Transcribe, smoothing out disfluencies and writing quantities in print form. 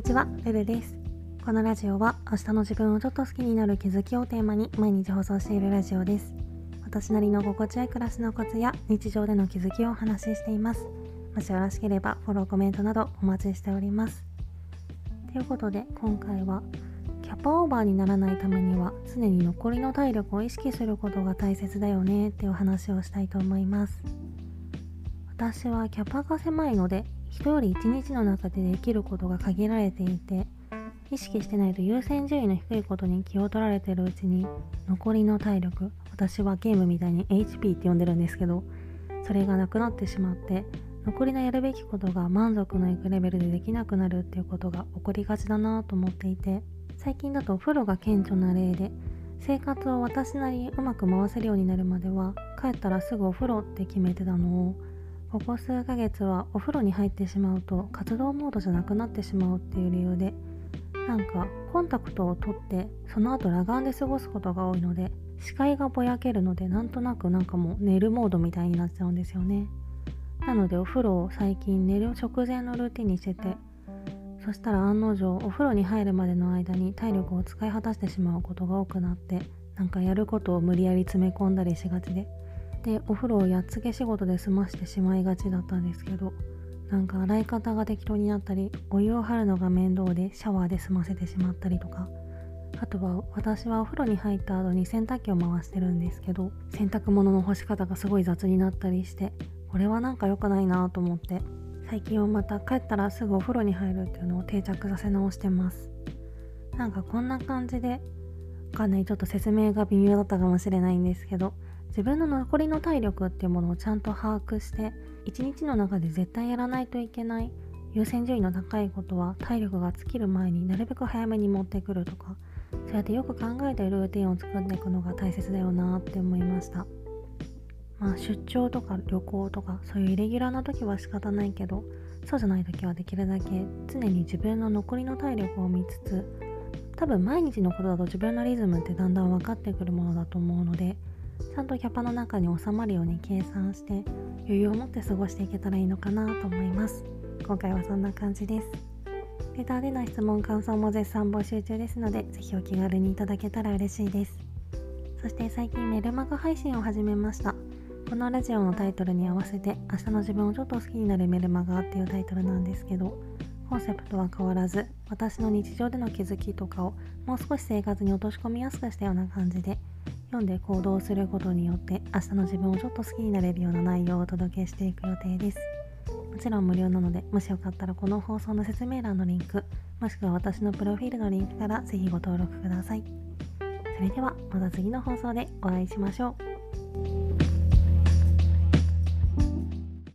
にちは、ルルです。このラジオは明日の自分をちょっと好きになる気づきをテーマに毎日放送しているラジオです。私なりの心地よい暮らしのコツや日常での気づきをお話ししています。もしよろしければフォロー、コメントなどお待ちしております。ということで今回はキャパオーバーにならないためには常に残りの体力を意識することが大切だよねっていうお話をしたいと思います。私はキャパが狭いので人より一日の中でできることが限られていて、意識してないと優先順位の低いことに気を取られているうちに残りの体力、私はゲームみたいに HP って呼んでるんですけど、それがなくなってしまって残りのやるべきことが満足のいくレベルでできなくなるっていうことが起こりがちだなと思っていて、最近だとお風呂が顕著な例で、生活を私なりにうまく回せるようになるまでは帰ったらすぐお風呂って決めてたのを、ここ数ヶ月はお風呂に入ってしまうと活動モードじゃなくなってしまうっていう理由で、なんかコンタクトを取ってその後裸眼で過ごすことが多いので、視界がぼやけるのでなんとなくもう寝るモードみたいになっちゃうんですよね。なのでお風呂を最近寝る直前のルーティンにしてて、そしたら案の定お風呂に入るまでの間に体力を使い果たしてしまうことが多くなって、やることを無理やり詰め込んだりしがちで、お風呂をやっつけ仕事で済ましてしまいがちだったんですけど、洗い方が適当になったり、お湯を張るのが面倒でシャワーで済ませてしまったりとか、あとは私はお風呂に入った後に洗濯機を回してるんですけど、洗濯物の干し方がすごい雑になったりして、これは良くないなと思って、最近はまた帰ったらすぐお風呂に入るっていうのを定着させ直してます。こんな感じで、ちょっと説明が微妙だったかもしれないんですけど、自分の残りの体力っていうものをちゃんと把握して、一日の中で絶対やらないといけない優先順位の高いことは体力が尽きる前になるべく早めに持ってくるとか、そうやってよく考えてルーティンを作っていくのが大切だよなって思いました。出張とか旅行とかそういうイレギュラーな時は仕方ないけど、そうじゃない時はできるだけ常に自分の残りの体力を見つつ、多分毎日のことだと自分のリズムってだんだん分かってくるものだと思うので、ちゃんとキャパの中に収まるように計算して余裕を持って過ごしていけたらいいのかなと思います。今回はそんな感じです。レターでの質問感想も絶賛募集中ですので、ぜひお気軽にいただけたら嬉しいです。そして最近メルマガ配信を始めました。このラジオのタイトルに合わせて明日の自分をちょっと好きになるメルマガっていうタイトルなんですけど、コンセプトは変わらず、私の日常での気づきとかをもう少し生活に落とし込みやすくしたような感じで、読んで行動することによって明日の自分をちょっと好きになれるような内容をお届けしていく予定です。もちろん無料なので、もしよかったらこの放送の説明欄のリンク、もしくは私のプロフィールのリンクからぜひご登録ください。それではまた次の放送でお会いしましょう。